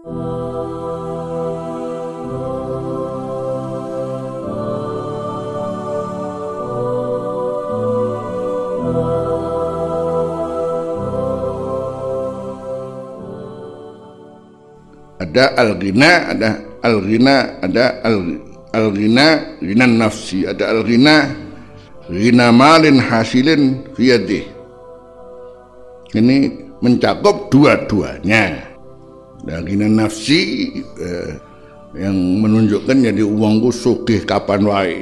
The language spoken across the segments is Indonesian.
Ada al-ghina, ada al-ghina, ada al-ghina, ghina nafsi, ada al-ghina, ghina malin hasilin fiyadih. Ini mencakup dua-duanya. Nah, ghina nafsi yang menunjukkan jadi uangku sugih kapan wae.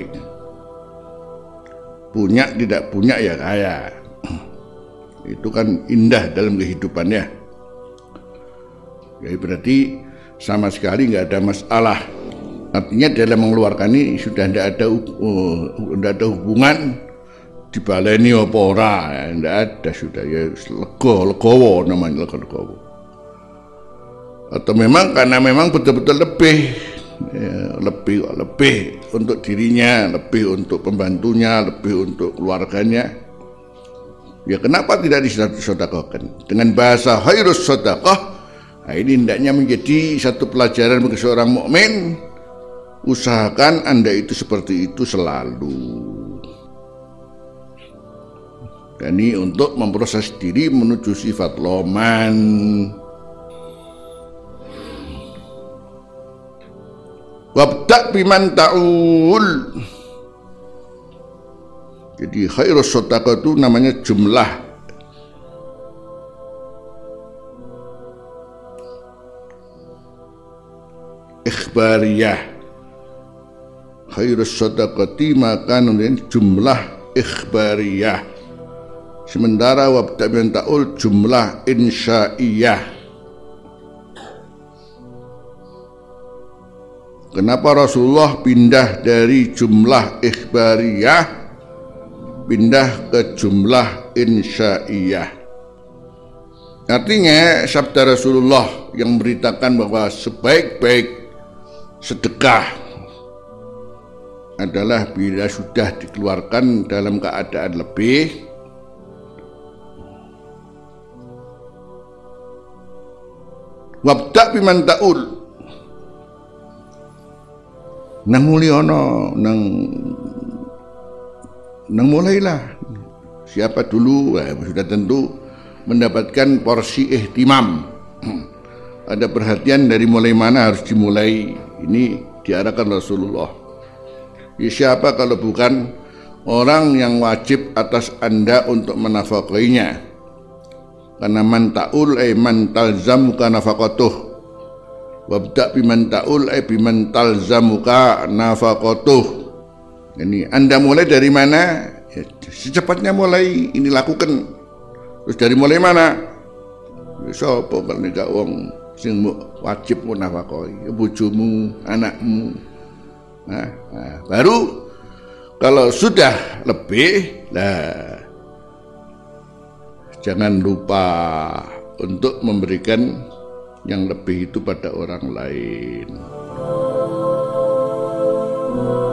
Punya tidak punya ya kaya. Itu kan indah dalam kehidupannya. Ya berarti sama sekali nggak ada masalah. Artinya dalam mengeluarkan ini sudah tidak ada hubungan dibaleni apa ora, tidak ada, sudah ya legowo namanya, legowo. Atau memang karena memang betul-betul lebih untuk dirinya, lebih untuk pembantunya, lebih untuk keluarganya. Ya kenapa tidak disedekahkan? Dengan bahasa khairus sedekah. Nah, ini hendaknya menjadi satu pelajaran bagi seorang mukmin. Usahakan Anda itu seperti itu selalu. Dan ini untuk memproses diri menuju sifat loman. Wabda' biman ta'ul. Jadi khairus sedekah itu namanya jumlah. Ikhbariyah. Khairus sedekati maka jumlah ikhbariyah. Sementara wabda' biman ta'ul jumlah insya'iyah. Kenapa Rasulullah pindah dari jumlah ikhbariyah pindah ke jumlah insya'iyah? Artinya sabda Rasulullah yang memberitakan bahwa sebaik-baik sedekah adalah bila sudah dikeluarkan dalam keadaan lebih. Wabda' biman ta'ul. Nang mulyono, nang mulailah. Siapa dulu sudah tentu mendapatkan porsi ihtimam. Ada perhatian dari mulai mana harus dimulai. Ini diarahkan Rasulullah. Ya, siapa kalau bukan orang yang wajib atas Anda untuk menafkahinya. Karena man ta'ul man talzamuka nafaqatuh. Wabda' biman ta'ul biman talzamuka nafaqatuh. Ini Anda mulai dari mana? Ya, secepatnya mulai ini lakukan. Terus dari mulai mana? Sapa kalau nek wong sing wajib nafkahi, bojomu, anakmu. Nah, baru kalau sudah lebih, jangan lupa untuk memberikan yang lebih itu pada orang lain.